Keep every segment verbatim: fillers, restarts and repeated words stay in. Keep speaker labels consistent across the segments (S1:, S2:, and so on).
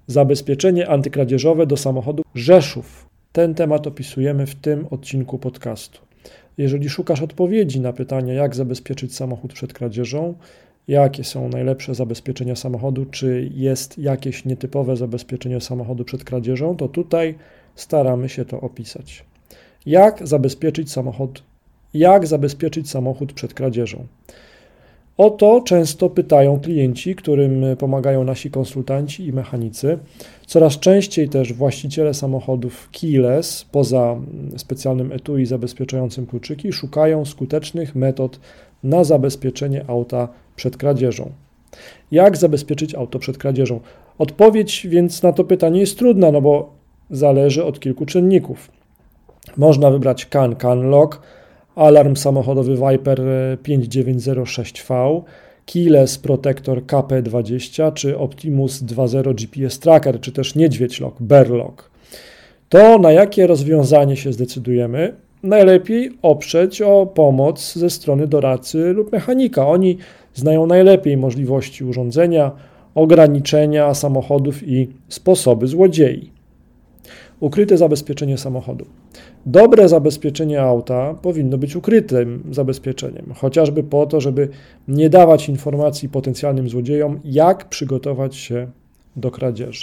S1: Zabezpieczenie antykradzieżowe do samochodu Rzeszów. Ten temat opisujemy w tym odcinku podcastu. Jeżeli szukasz odpowiedzi na pytanie, jak zabezpieczyć samochód przed kradzieżą, jakie są najlepsze zabezpieczenia samochodu, czy jest jakieś nietypowe zabezpieczenie samochodu przed kradzieżą, to tutaj staramy się to opisać. Jak zabezpieczyć samochód, jak zabezpieczyć samochód przed kradzieżą? O to często pytają klienci, którym pomagają nasi konsultanci i mechanicy. Coraz częściej też właściciele samochodów keyless, poza specjalnym etui zabezpieczającym kluczyki, szukają skutecznych metod na zabezpieczenie auta przed kradzieżą. Jak zabezpieczyć auto przed kradzieżą? Odpowiedź więc na to pytanie jest trudna, no bo zależy od kilku czynników. Można wybrać C A N C A N Lock, alarm samochodowy Viper pięć dziewięć zero sześć V, Keyless Protector K P dwadzieścia, czy Optimus dwa zero G P S Tracker, czy też Niedźwiedź Lock, Bear Lock. To na jakie rozwiązanie się zdecydujemy? Najlepiej oprzeć o pomoc ze strony doradcy lub mechanika. Oni znają najlepiej możliwości urządzenia, ograniczenia samochodów i sposoby złodziei. Ukryte zabezpieczenie samochodu. Dobre zabezpieczenie auta powinno być ukrytym zabezpieczeniem, chociażby po to, żeby nie dawać informacji potencjalnym złodziejom, jak przygotować się do kradzieży.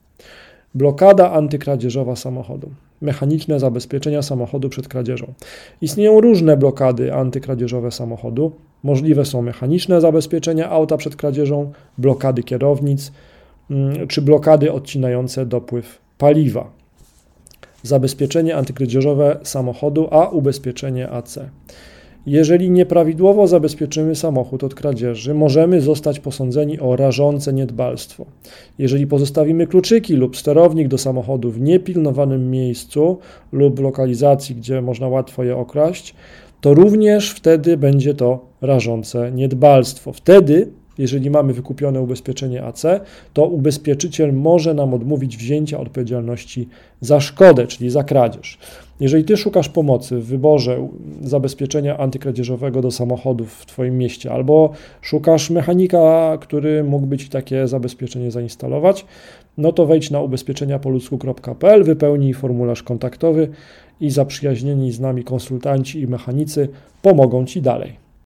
S1: Blokada antykradzieżowa samochodu. Mechaniczne zabezpieczenia samochodu przed kradzieżą. Istnieją różne blokady antykradzieżowe samochodu. Możliwe są mechaniczne zabezpieczenia auta przed kradzieżą, blokady kierownic czy blokady odcinające dopływ paliwa. Zabezpieczenie antykradzieżowe samochodu, a ubezpieczenie A C. Jeżeli nieprawidłowo zabezpieczymy samochód od kradzieży, możemy zostać posądzeni o rażące niedbalstwo. Jeżeli pozostawimy kluczyki lub sterownik do samochodu w niepilnowanym miejscu lub lokalizacji, gdzie można łatwo je okraść, to również wtedy będzie to rażące niedbalstwo. Wtedy, jeżeli mamy wykupione ubezpieczenie A C, to ubezpieczyciel może nam odmówić wzięcia odpowiedzialności za szkodę, czyli za kradzież. Jeżeli Ty szukasz pomocy w wyborze zabezpieczenia antykradzieżowego do samochodów w Twoim mieście, albo szukasz mechanika, który mógłby Ci takie zabezpieczenie zainstalować, no to wejdź na ubezpieczenia po ludzku kropka p l, wypełnij formularz kontaktowy i zaprzyjaźnieni z nami konsultanci i mechanicy pomogą Ci dalej.